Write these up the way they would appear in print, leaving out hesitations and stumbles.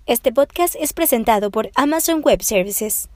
Este podcast es presentado por Amazon Web Services.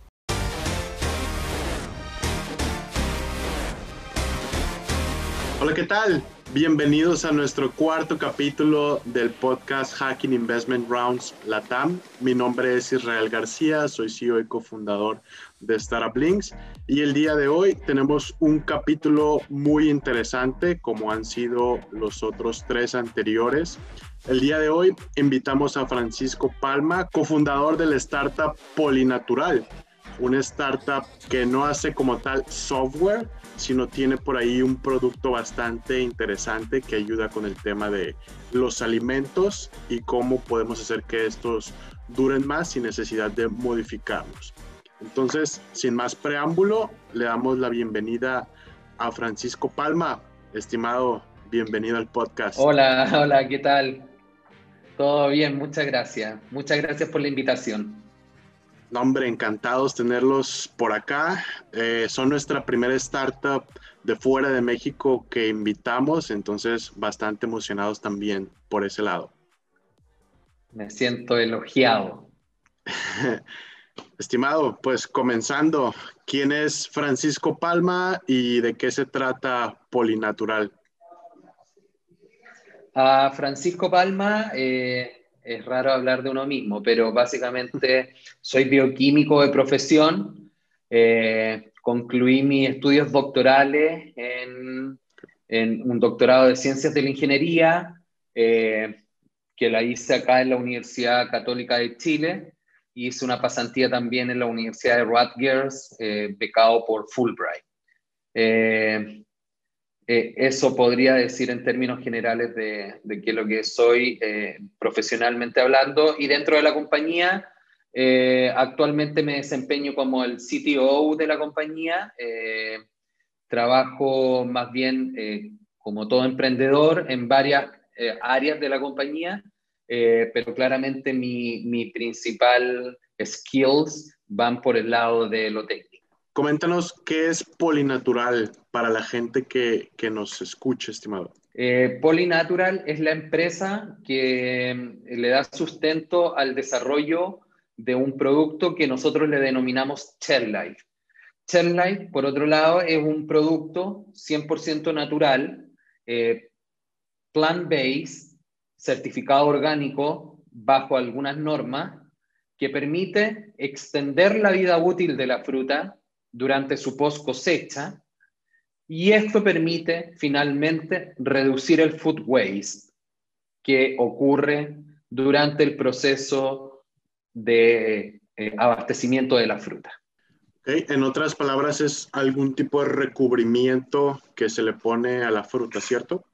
Hola, ¿qué tal? Bienvenidos a nuestro cuarto capítulo del podcast Hacking Investment Rounds LATAM. Mi nombre es Israel García, soy CEO y cofundador de Startup Links. Y el día de hoy tenemos un capítulo muy interesante, como han sido los otros tres anteriores. El día de hoy invitamos a Francisco Palma, cofundador de la startup Polinatural, una startup que no hace como tal software, sino tiene por ahí un producto bastante interesante que ayuda con el tema de los alimentos y cómo podemos hacer que estos duren más sin necesidad de modificarlos. Entonces, sin más preámbulo, le damos la bienvenida a Francisco Palma. Estimado, bienvenido al podcast. Hola, ¿qué tal? Todo bien, muchas gracias. Muchas gracias por la invitación. No, hombre, encantados tenerlos por acá. Son nuestra primera startup de fuera de México que invitamos, entonces bastante emocionados también por ese lado. Me siento elogiado. Estimado, pues comenzando, ¿quién es Francisco Palma y de qué se trata Polinatural? Francisco Palma, es raro hablar de uno mismo, pero básicamente soy bioquímico de profesión. Concluí mis estudios doctorales en un doctorado de Ciencias de la Ingeniería, que la hice acá en la Universidad Católica de Chile. Hice una pasantía también en la Universidad de Rutgers, becado por Fulbright. Eso podría decir en términos generales de qué es lo que soy profesionalmente hablando. Y dentro de la compañía, actualmente me desempeño como el CTO de la compañía. Trabajo más bien como todo emprendedor en varias áreas de la compañía, pero claramente mi principal skills van por el lado de lo técnico. Coméntanos qué es Polinatural para la gente que nos escuche, estimado. Polinatural es la empresa que le da sustento al desarrollo de un producto que nosotros le denominamos Shell-Life. Shell-Life, por otro lado, es un producto 100% natural, plant-based, certificado orgánico bajo algunas normas, que permite extender la vida útil de la fruta durante su post cosecha, y esto permite finalmente reducir el food waste que ocurre durante el proceso de abastecimiento de la fruta. Okay. En otras palabras, es algún tipo de recubrimiento que se le pone a la fruta, ¿cierto?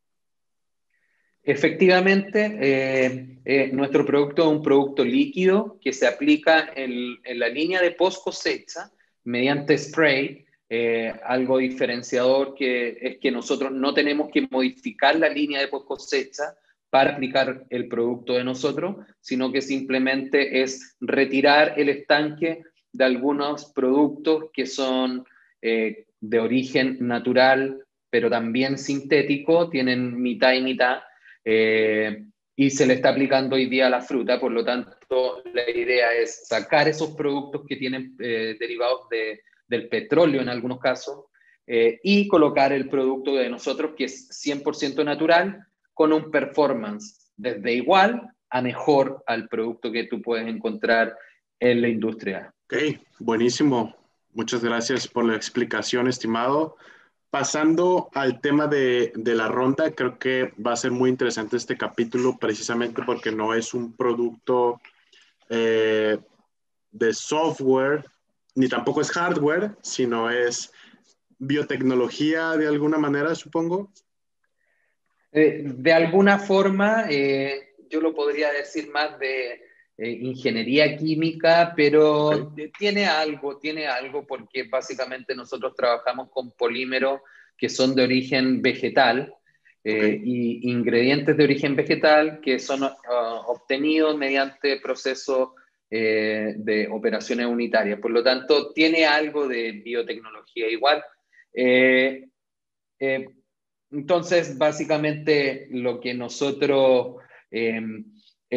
Efectivamente, nuestro producto es un producto líquido que se aplica en la línea de post cosecha mediante spray. Algo diferenciador que es que nosotros no tenemos que modificar la línea de post cosecha para aplicar el producto de nosotros, sino que simplemente es retirar el estanque de algunos productos que son de origen natural, pero también sintético, tienen mitad y mitad. Y se le está aplicando hoy día a la fruta, por lo tanto la idea es sacar esos productos que tienen derivados del petróleo en algunos casos, y colocar el producto de nosotros que es 100% natural con un performance desde igual a mejor al producto que tú puedes encontrar en la industria. Ok, buenísimo. Muchas gracias por la explicación, estimado. Pasando al tema de la ronda, creo que va a ser muy interesante este capítulo precisamente porque no es un producto de software, ni tampoco es hardware, sino es biotecnología de alguna manera, supongo. De alguna forma, yo lo podría decir más de ingeniería química, pero Okay. tiene algo, porque básicamente nosotros trabajamos con polímeros que son de origen vegetal, Okay. y ingredientes de origen vegetal que son obtenidos mediante procesos de operaciones unitarias. Por lo tanto, tiene algo de biotecnología igual. Eh, eh, entonces, básicamente lo que nosotros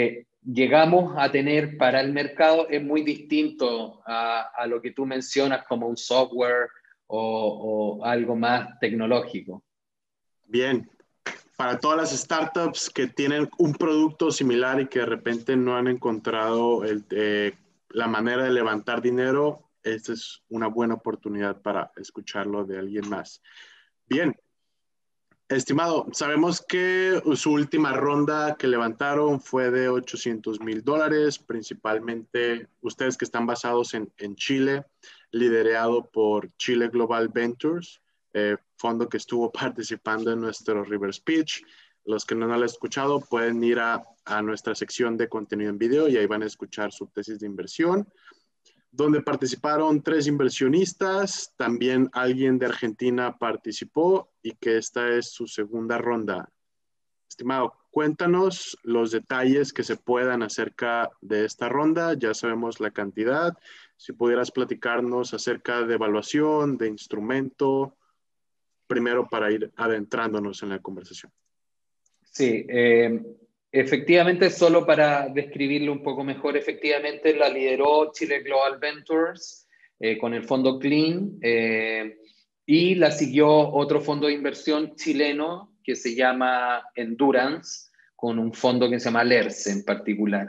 llegamos a tener para el mercado es muy distinto a lo que tú mencionas como un software o algo más tecnológico. Bien, para todas las startups que tienen un producto similar y que de repente no han encontrado la manera de levantar dinero, esta es una buena oportunidad para escucharlo de alguien más. Bien, estimado, sabemos que su última ronda que levantaron fue de $800,000, principalmente ustedes que están basados en Chile, liderado por Chile Global Ventures, fondo que estuvo participando en nuestro River Speech. Los que no lo han escuchado pueden ir a nuestra sección de contenido en video y ahí van a escuchar su tesis de inversión, donde participaron 3 inversionistas, también alguien de Argentina participó y que esta es su segunda ronda. Estimado, cuéntanos los detalles que se puedan acerca de esta ronda. Ya sabemos la cantidad. Si pudieras platicarnos acerca de evaluación, de instrumento, primero para ir adentrándonos en la conversación. Sí, efectivamente, solo para describirlo un poco mejor, efectivamente la lideró Chile Global Ventures con el fondo Clean y la siguió otro fondo de inversión chileno que se llama Endurance, con un fondo que se llama LERCE en particular.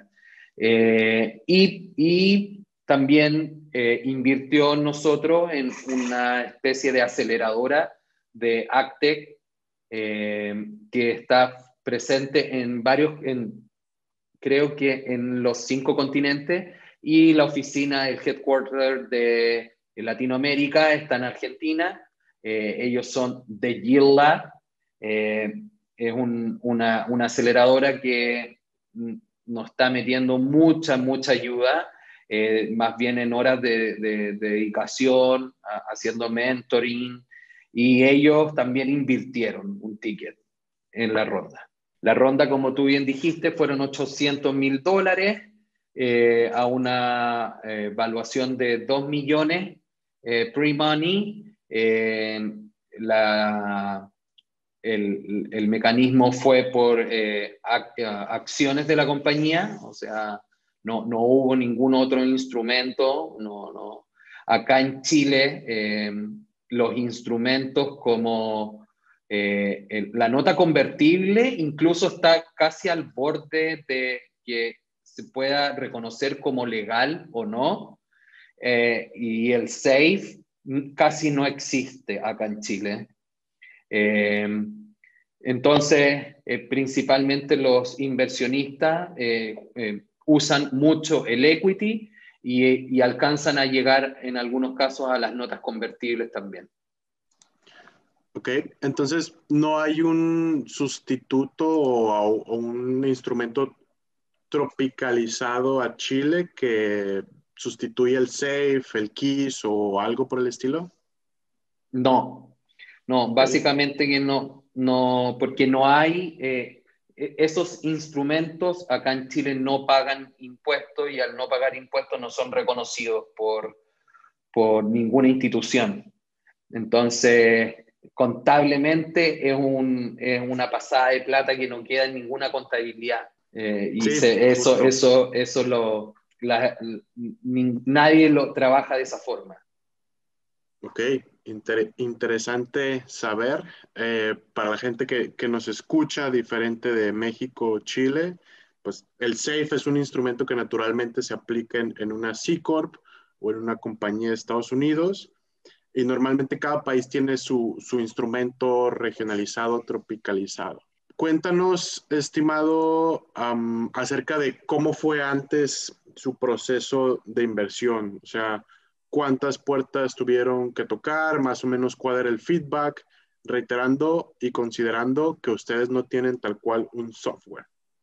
Y también invirtió nosotros en una especie de aceleradora de AgTech que está presente en creo que en los 5 continentes, y la oficina, el headquarter de Latinoamérica está en Argentina. Ellos son The Yield Lab. Es una aceleradora que nos está metiendo mucha ayuda, más bien en horas de dedicación, haciendo mentoring, y ellos también invirtieron un ticket en la ronda. La ronda, como tú bien dijiste, fueron $800,000 a una valuación de 2 millones pre-money. El mecanismo fue por acciones de la compañía, o sea, no hubo ningún otro instrumento. No. Acá en Chile, los instrumentos como la nota convertible incluso está casi al borde de que se pueda reconocer como legal o no, y el SAFE casi no existe acá en Chile. Entonces, principalmente los inversionistas usan mucho el equity y alcanzan a llegar en algunos casos a las notas convertibles también. Ok, entonces no hay un sustituto o un instrumento tropicalizado a Chile que sustituya el SAFE, el KISS o algo por el estilo. No, básicamente que no, porque no hay, esos instrumentos acá en Chile no pagan impuestos, y al no pagar impuestos no son reconocidos por ninguna institución. Entonces, contablemente es una pasada de plata que no queda en ninguna contabilidad. Sí, nadie lo trabaja de esa forma. Ok, interesante saber. Para la gente que nos escucha, diferente de México o Chile, pues el SAFE es un instrumento que naturalmente se aplica en una C Corp o en una compañía de Estados Unidos, y normalmente cada país tiene su instrumento regionalizado, tropicalizado. Cuéntanos, estimado, acerca de cómo fue antes su proceso de inversión. O sea, cuántas puertas tuvieron que tocar, más o menos cuál era el feedback, reiterando y considerando que ustedes no tienen tal cual un software.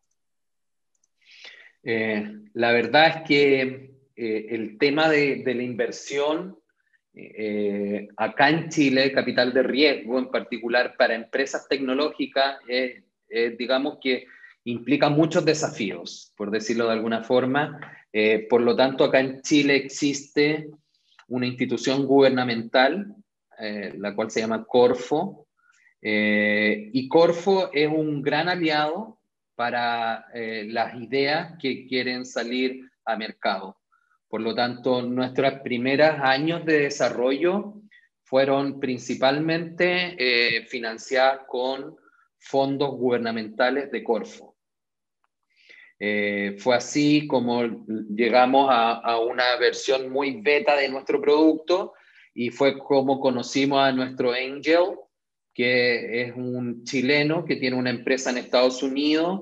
La verdad es que el tema de la inversión acá en Chile, capital de riesgo en particular para empresas tecnológicas, digamos que implica muchos desafíos, por decirlo de alguna forma. Por lo tanto, acá en Chile existe una institución gubernamental, la cual se llama Corfo, y Corfo es un gran aliado para las ideas que quieren salir a mercado. Por lo tanto, nuestros primeros años de desarrollo fueron principalmente financiadas con fondos gubernamentales de Corfo. Fue así como llegamos a una versión muy beta de nuestro producto y fue como conocimos a nuestro Angel, que es un chileno que tiene una empresa en Estados Unidos,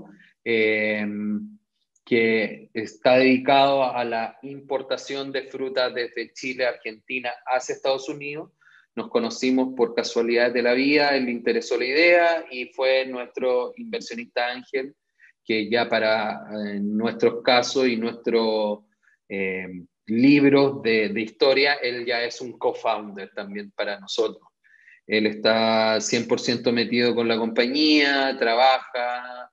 que está dedicado a la importación de frutas desde Chile, Argentina, hacia Estados Unidos. Nos conocimos por casualidad de la vida, él le interesó la idea y fue nuestro inversionista ángel, que ya para nuestros casos y nuestros libros de historia, él ya es un co-founder también para nosotros. Él está 100% metido con la compañía, trabaja,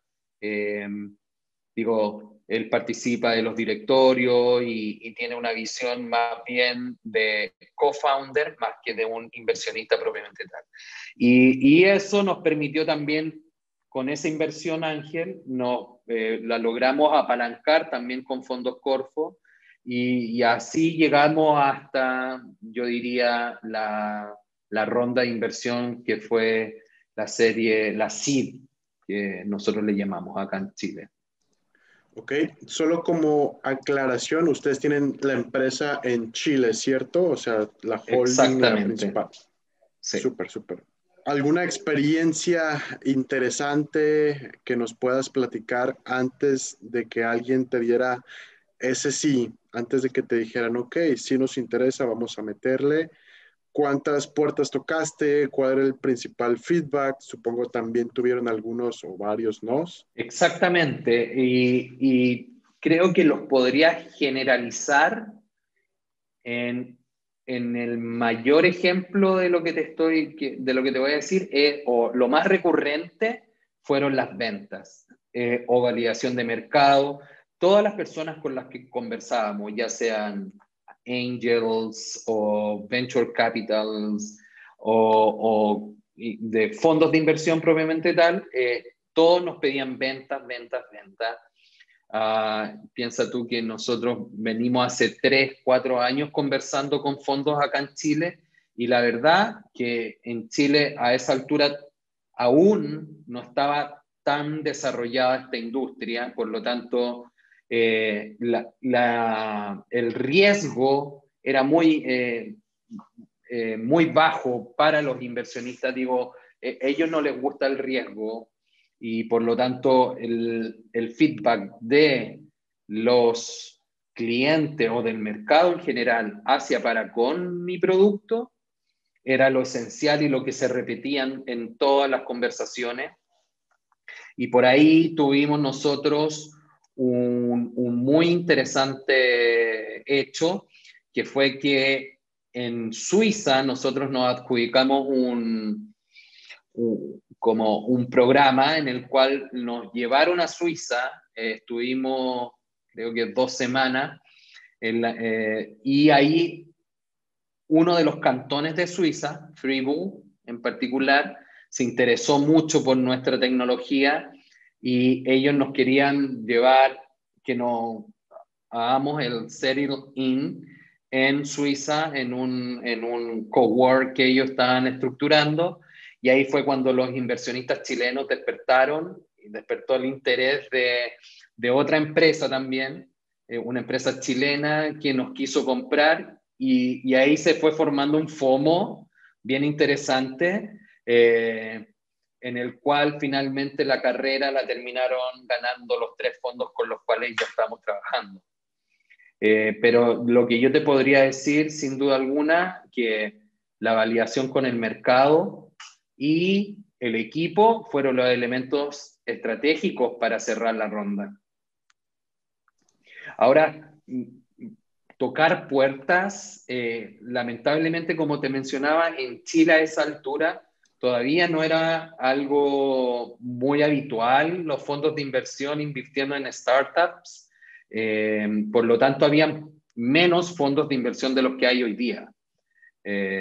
él participa de los directorios y tiene una visión más bien de co-founder más que de un inversionista propiamente tal. Y eso nos permitió también, con esa inversión, Ángel, la logramos apalancar también con fondos Corfo y así llegamos hasta, yo diría, la ronda de inversión que fue la serie, la SEED, que nosotros le llamamos acá en Chile. Ok, solo como aclaración, ustedes tienen la empresa en Chile, ¿cierto? O sea, la holding, la Exactamente. principal. Sí. Súper, súper. ¿Alguna experiencia interesante que nos puedas platicar antes de que alguien te diera ese sí, antes de que te dijeran, ok, sí nos interesa, vamos a meterle? ¿Cuántas puertas tocaste? ¿Cuál era el principal feedback? Supongo también tuvieron algunos o varios nos. Exactamente. Y creo que los podría generalizar en el mayor ejemplo de lo que de lo que te voy a decir, o lo más recurrente fueron las ventas o validación de mercado. Todas las personas con las que conversábamos, ya sean angels o venture capitals o de fondos de inversión propiamente tal, todos nos pedían ventas, ventas, ventas. Piensa tú que nosotros venimos hace 3, 4 años conversando con fondos acá en Chile y la verdad que en Chile a esa altura aún no estaba tan desarrollada esta industria, por lo tanto el riesgo era muy bajo para los inversionistas. Ellos no les gusta el riesgo y por lo tanto el feedback de los clientes o del mercado en general hacia para con mi producto era lo esencial y lo que se repetían en todas las conversaciones. Y por ahí tuvimos nosotros un muy interesante hecho, que fue que en Suiza nosotros nos adjudicamos como un programa en el cual nos llevaron a Suiza, estuvimos creo que 2 semanas, y ahí uno de los cantones de Suiza, Fribourg en particular, se interesó mucho por nuestra tecnología y ellos nos querían llevar que nos hagamos el Settle In en Suiza, en un cowork que ellos estaban estructurando, y ahí fue cuando los inversionistas chilenos despertaron, y despertó el interés de otra empresa también, una empresa chilena que nos quiso comprar, y ahí se fue formando un FOMO bien interesante, en el cual finalmente la carrera la terminaron ganando los 3 fondos con los cuales ya estamos trabajando. Pero lo que yo te podría decir, sin duda alguna, que la validación con el mercado y el equipo fueron los elementos estratégicos para cerrar la ronda. Ahora, tocar puertas, lamentablemente, como te mencionaba, en Chile a esa altura todavía no era algo muy habitual, los fondos de inversión invirtiendo en startups. Por lo tanto, había menos fondos de inversión de los que hay hoy día.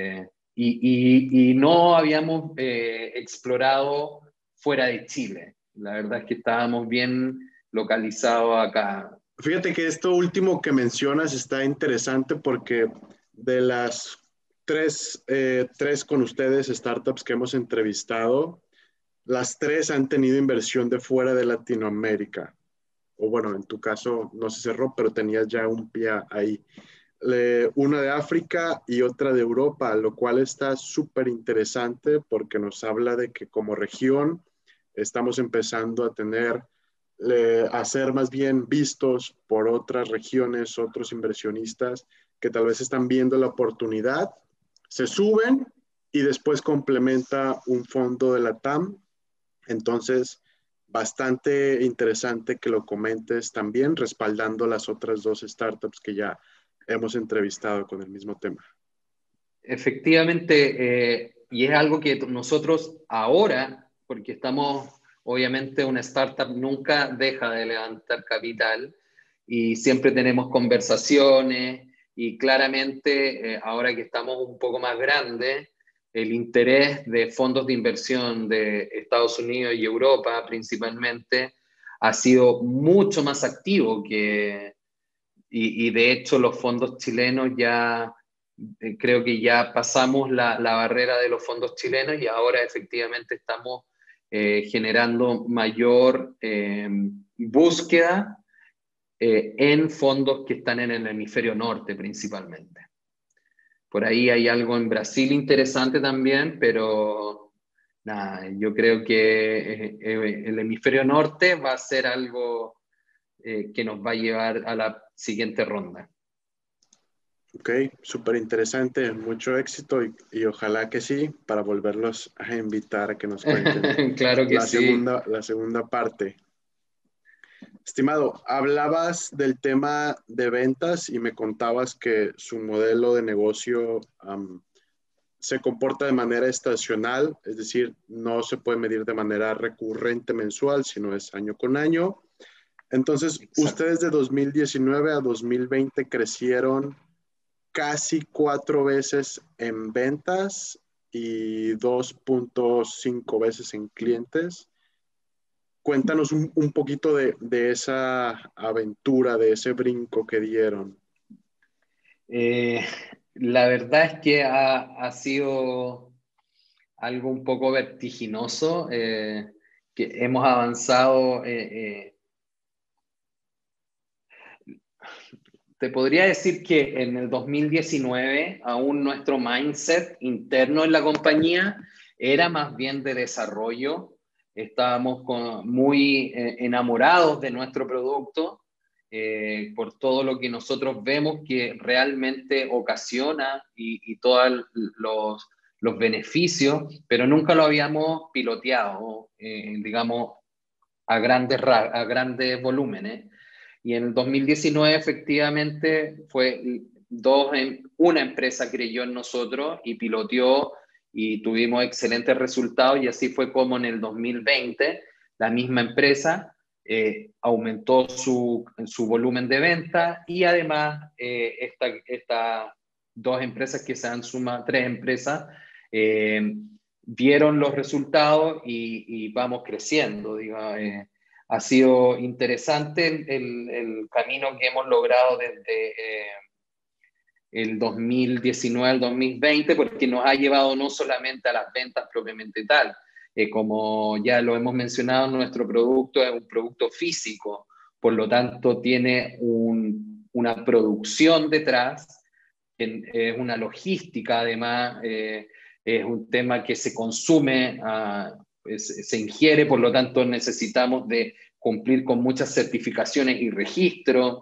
Y no habíamos explorado fuera de Chile. La verdad es que estábamos bien localizados acá. Fíjate que esto último que mencionas está interesante porque de las tres con ustedes startups que hemos entrevistado, las tres han tenido inversión de fuera de Latinoamérica. O bueno, en tu caso no se cerró, pero tenías ya un pie ahí. Una de África y otra de Europa, lo cual está súper interesante porque nos habla de que como región estamos empezando a tener, a ser más bien vistos por otras regiones, otros inversionistas que tal vez están viendo la oportunidad, se suben y después complementa un fondo de la TAM. Entonces, bastante interesante que lo comentes también, respaldando las otras dos startups que ya hemos entrevistado con el mismo tema. Efectivamente, y es algo que nosotros ahora, porque estamos, obviamente, una startup nunca deja de levantar capital y siempre tenemos conversaciones y claramente ahora que estamos un poco más grandes, el interés de fondos de inversión de Estados Unidos y Europa principalmente ha sido mucho más activo y de hecho los fondos chilenos ya creo que ya pasamos la barrera de los fondos chilenos y ahora efectivamente estamos generando mayor búsqueda en fondos que están en el hemisferio norte principalmente. Por ahí hay algo en Brasil interesante también, pero nada, yo creo que el hemisferio norte va a ser algo que nos va a llevar a la siguiente ronda. Ok, súper interesante, mucho éxito y ojalá que sí, para volverlos a invitar a que nos cuenten Claro que sí. la segunda parte. Estimado, hablabas del tema de ventas y me contabas que su modelo de negocio se comporta de manera estacional, es decir, no se puede medir de manera recurrente mensual, sino es año con año. Entonces, Exacto. ustedes de 2019 a 2020 crecieron casi 4 veces en ventas y 2.5 veces en clientes. Cuéntanos un poquito de esa aventura, de ese brinco que dieron. Eh, la verdad es que ha sido algo un poco vertiginoso, que hemos avanzado. Te podría decir que en el 2019 aún nuestro mindset interno en la compañía era más bien de desarrollo. Estábamos muy enamorados de nuestro producto por todo lo que nosotros vemos que realmente ocasiona y todos los beneficios, pero nunca lo habíamos piloteado, digamos, a grandes volúmenes. Y en el 2019 efectivamente una empresa creyó en nosotros y piloteó y tuvimos excelentes resultados y así fue como en el 2020 la misma empresa aumentó su volumen de venta y además estas dos empresas que se han sumado, tres empresas, vieron los resultados y vamos creciendo, digamos. Ha sido interesante el camino que hemos logrado desde el 2019 al 2020, porque nos ha llevado no solamente a las ventas propiamente tal, como ya lo hemos mencionado, nuestro producto es un producto físico, por lo tanto tiene una producción detrás, es una logística además, es un tema que se consume, se ingiere, por lo tanto necesitamos de cumplir con muchas certificaciones y registros.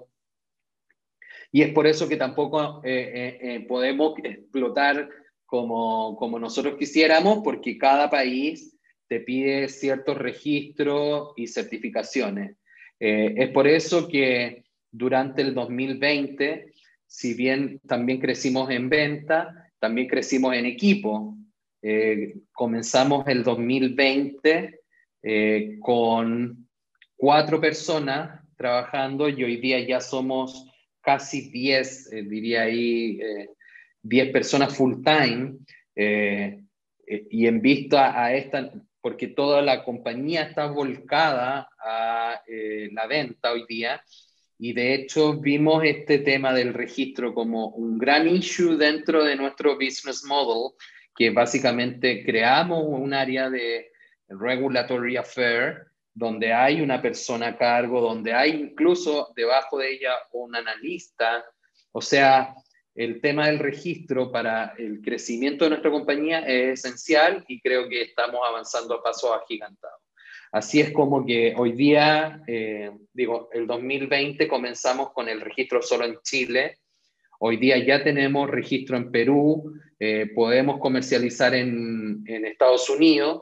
Y es por eso que tampoco podemos explotar como nosotros quisiéramos, porque cada país te pide ciertos registros y certificaciones. Es por eso que durante el 2020, si bien también crecimos en venta, también crecimos en equipo. Comenzamos el 2020 con 4 personas trabajando y hoy día ya somos casi 10, diría ahí, 10 personas full time, y en vista a esta, porque toda la compañía está volcada a la venta hoy día, y de hecho vimos este tema del registro como un gran issue dentro de nuestro business model, que básicamente creamos un área de regulatory affair, donde hay una persona a cargo, donde hay incluso debajo de ella un analista. O sea, el tema del registro para el crecimiento de nuestra compañía es esencial, y creo que estamos avanzando a pasos agigantados. Así es como que hoy día, el 2020 comenzamos con el registro solo en Chile. Hoy día ya tenemos registro en Perú, podemos comercializar en Estados Unidos,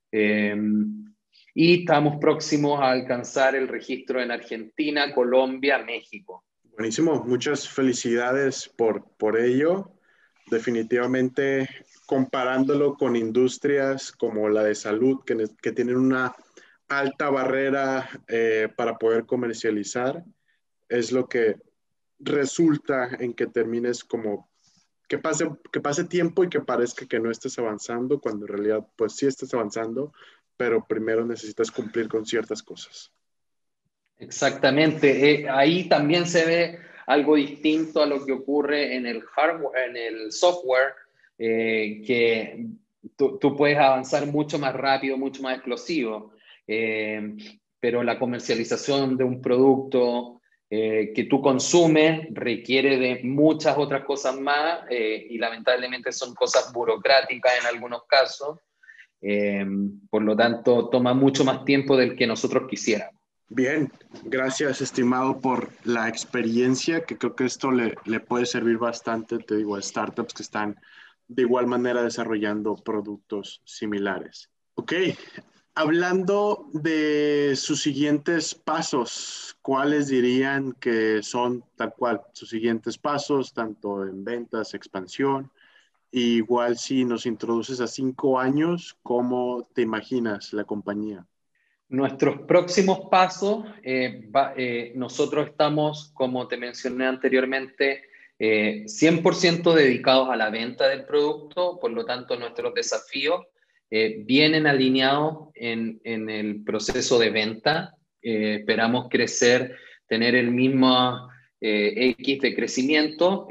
y estamos próximos a alcanzar el registro en Argentina, Colombia, México. Buenísimo, muchas felicidades por ello. Definitivamente, comparándolo con industrias como la de salud, que tienen una alta barrera para poder comercializar, es lo que resulta en que termines como que pase tiempo y que parezca que no estés avanzando, cuando en realidad pues sí estás avanzando, pero primero necesitas cumplir con ciertas cosas. Exactamente. Ahí también se ve algo distinto a lo que ocurre en el hardware, en el software, que tú puedes avanzar mucho más rápido, mucho más explosivo, pero la comercialización de un producto que tú consumes requiere de muchas otras cosas más, y lamentablemente son cosas burocráticas en algunos casos. Por lo tanto, toma mucho más tiempo del que nosotros quisiéramos. Bien, gracias estimado por la experiencia, que creo que esto le puede servir bastante, te digo, a startups que están de igual manera desarrollando productos similares. Ok, hablando de sus siguientes pasos, ¿cuáles dirían que son tal cual sus siguientes pasos, tanto en ventas, expansión? Igual si nos introduces a 5 años, ¿cómo te imaginas la compañía? Nuestros próximos pasos, nosotros estamos, como te mencioné anteriormente, 100% dedicados a la venta del producto. Por lo tanto, nuestros desafíos vienen alineados en el proceso de venta. Esperamos crecer, tener el mismo X de crecimiento.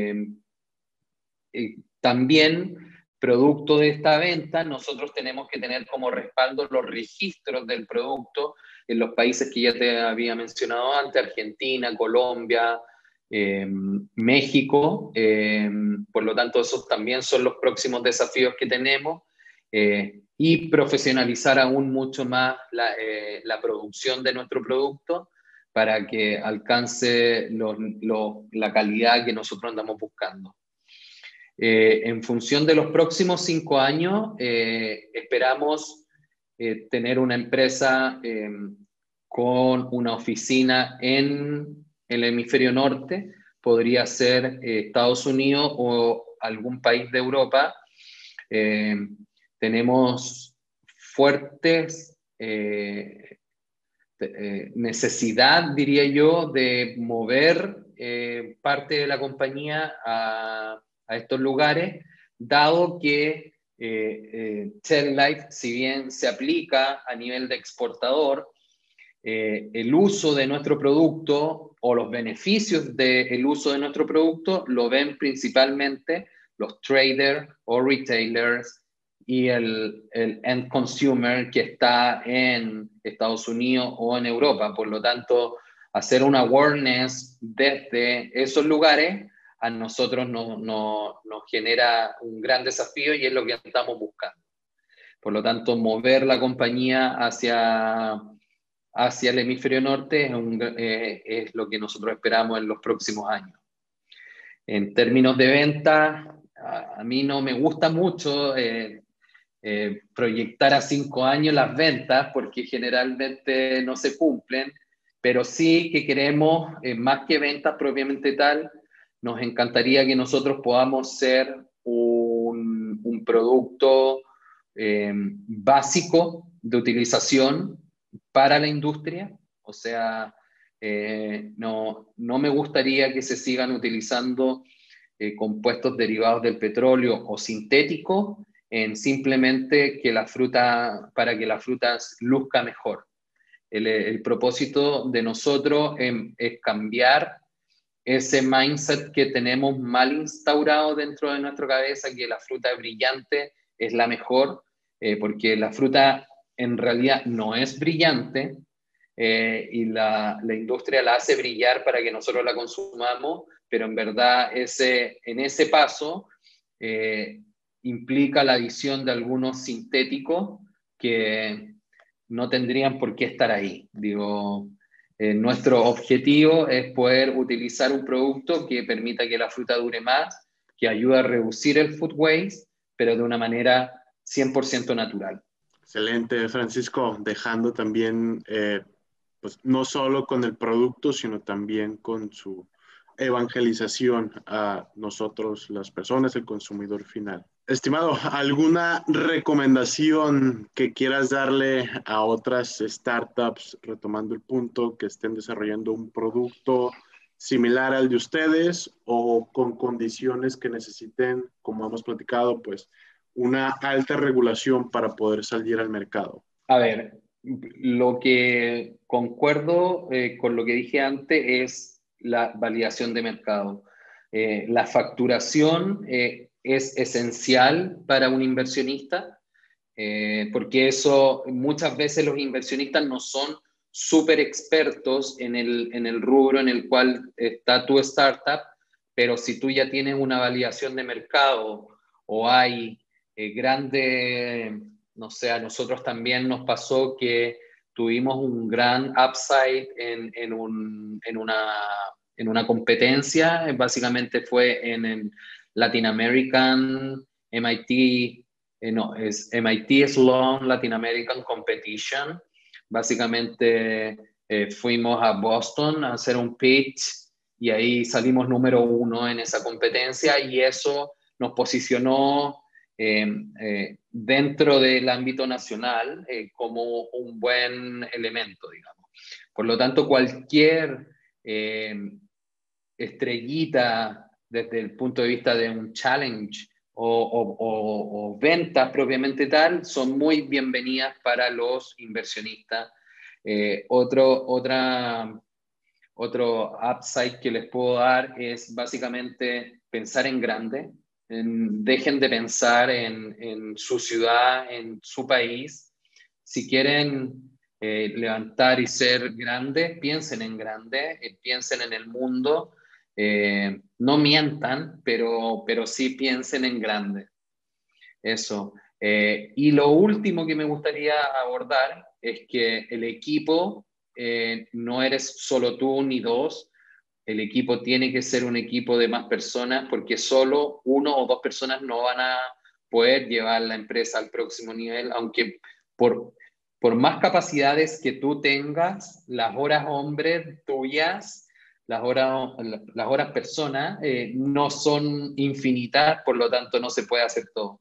También, producto de esta venta, nosotros tenemos que tener como respaldo los registros del producto en los países que ya te había mencionado antes: Argentina, Colombia, México. Por lo tanto, esos también son los próximos desafíos que tenemos, y profesionalizar aún mucho más la producción de nuestro producto para que alcance la calidad que nosotros andamos buscando. En función de los próximos 5 años, esperamos tener una empresa con una oficina en el hemisferio norte. Podría ser Estados Unidos o algún país de Europa. Tenemos fuertes necesidad, diría yo, de mover parte de la compañía a estos lugares, dado que Shell Life, si bien se aplica a nivel de exportador, el uso de nuestro producto o los beneficios del uso de nuestro producto lo ven principalmente los traders o retailers y el end consumer que está en Estados Unidos o en Europa. Por lo tanto, hacer una awareness desde esos lugares a nosotros nos genera un gran desafío, y es lo que estamos buscando. Por lo tanto, mover la compañía hacia el hemisferio norte es lo que nosotros esperamos en los próximos años. En términos de venta, a mí no me gusta mucho proyectar a 5 años las ventas, porque generalmente no se cumplen, pero sí que queremos, más que ventas propiamente tal, nos encantaría que nosotros podamos ser un producto básico de utilización para la industria. O sea, no me gustaría que se sigan utilizando compuestos derivados del petróleo o sintéticos en simplemente para que la fruta luzca mejor. El propósito de nosotros es cambiar ese mindset que tenemos mal instaurado dentro de nuestra cabeza, que la fruta brillante es la mejor, porque la fruta en realidad no es brillante, y la industria la hace brillar para que nosotros la consumamos, pero en verdad en ese paso implica la adición de algunos sintéticos que no tendrían por qué estar ahí. Digo, nuestro objetivo es poder utilizar un producto que permita que la fruta dure más, que ayude a reducir el food waste, pero de una manera 100% natural. Excelente, Francisco, dejando también, pues no solo con el producto, sino también con su evangelización a nosotros, las personas, el consumidor final. Estimado, ¿alguna recomendación que quieras darle a otras startups, retomando el punto, que estén desarrollando un producto similar al de ustedes o con condiciones que necesiten, como hemos platicado, pues una alta regulación para poder salir al mercado? A ver, lo que concuerdo con lo que dije antes es la validación de mercado. La facturación es esencial para un inversionista, porque eso muchas veces los inversionistas no son súper expertos en el rubro en el cual está tu startup, pero si tú ya tienes una validación de mercado o hay grande, no sé, a nosotros también nos pasó que tuvimos un gran upside en una competencia, básicamente fue en el Latin American MIT, no, es MIT Sloan Latin American Competition. Básicamente fuimos a Boston a hacer un pitch y ahí salimos número 1 en esa competencia y eso nos posicionó dentro del ámbito nacional como un buen elemento, digamos. Por lo tanto, cualquier estrellita desde el punto de vista de un challenge o ventas propiamente tal, son muy bienvenidas para los inversionistas. Otro upside que les puedo dar es básicamente pensar en grande. Dejen de pensar en su ciudad, en su país. Si quieren levantar y ser grandes, piensen en grande, piensen en el mundo. No mientan, pero sí piensen en grande. Eso. Y lo último que me gustaría abordar es que el equipo no eres solo tú ni dos. El equipo tiene que ser un equipo de más personas porque solo 1 o 2 personas no van a poder llevar la empresa al próximo nivel, aunque por más capacidades que tú tengas, las horas hombres tuyas, las horas personas, no son infinitas, por lo tanto no se puede hacer todo.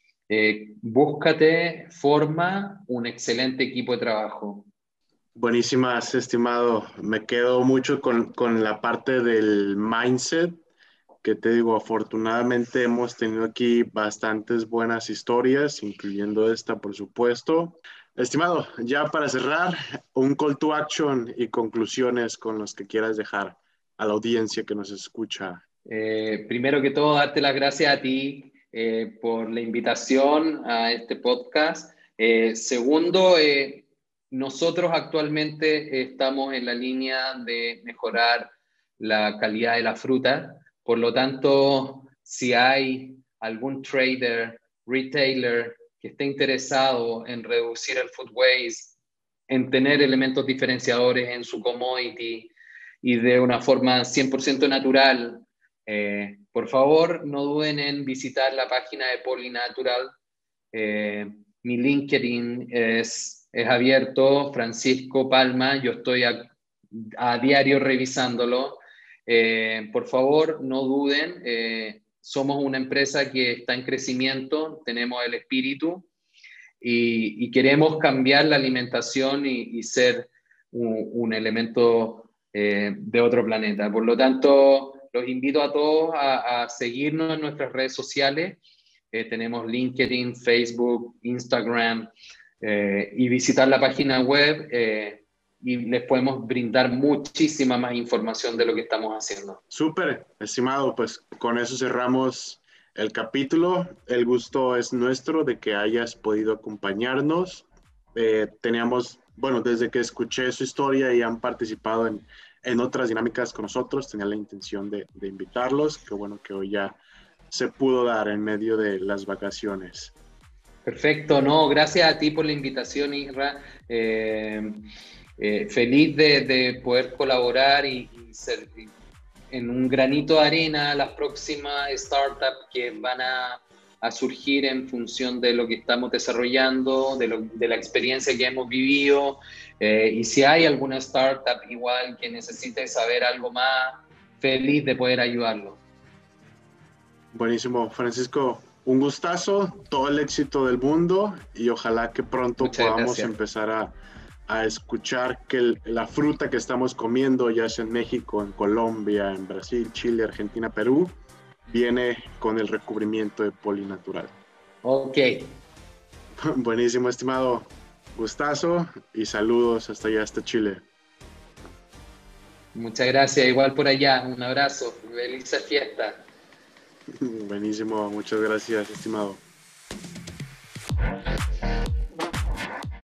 Forma un excelente equipo de trabajo. Buenísimas, estimado. Me quedo mucho con la parte del mindset, que te digo, afortunadamente hemos tenido aquí bastantes buenas historias, incluyendo esta, por supuesto. Estimado, ya para cerrar, un call to action y conclusiones con los que quieras dejar a la audiencia que nos escucha. Primero que todo, darte las gracias a ti por la invitación a este podcast. Segundo, nosotros actualmente estamos en la línea de mejorar la calidad de la fruta. Por lo tanto, si hay algún trader, retailer que esté interesado en reducir el food waste, en tener elementos diferenciadores en su commodity y de una forma 100% natural, por favor, no duden en visitar la página de Polynatural. Mi LinkedIn es abierto, Francisco Palma, yo estoy a diario revisándolo. Por favor, no duden. Somos una empresa que está en crecimiento, tenemos el espíritu y queremos cambiar la alimentación y ser un elemento de otro planeta. Por lo tanto, los invito a todos a seguirnos en nuestras redes sociales. tenemos LinkedIn, Facebook, Instagram, y visitar la página web, y les podemos brindar muchísima más información de lo que estamos haciendo. Súper, estimado, pues con eso cerramos el capítulo. El gusto es nuestro de que hayas podido acompañarnos. Teníamos, bueno, desde que escuché su historia y han participado en otras dinámicas con nosotros, tenía la intención de invitarlos. Qué bueno que hoy ya se pudo dar en medio de las vacaciones. Perfecto, no, gracias a ti por la invitación, Isra. Feliz de poder colaborar y ser en un granito de arena las próximas startups que van a surgir en función de lo que estamos desarrollando, de la experiencia que hemos vivido. Y si hay alguna startup igual que necesite saber algo más, feliz de poder ayudarlo. Buenísimo, Francisco. Un gustazo, todo el éxito del mundo y ojalá que pronto Muchas podamos gracias. empezar a escuchar que la fruta que estamos comiendo, ya sea en México, en Colombia, en Brasil, Chile, Argentina, Perú, viene con el recubrimiento de polinatural. Ok. Buenísimo, estimado. Gustazo y saludos hasta allá, hasta Chile. Muchas gracias, igual por allá. Un abrazo. Feliz fiesta. Buenísimo, muchas gracias, estimado.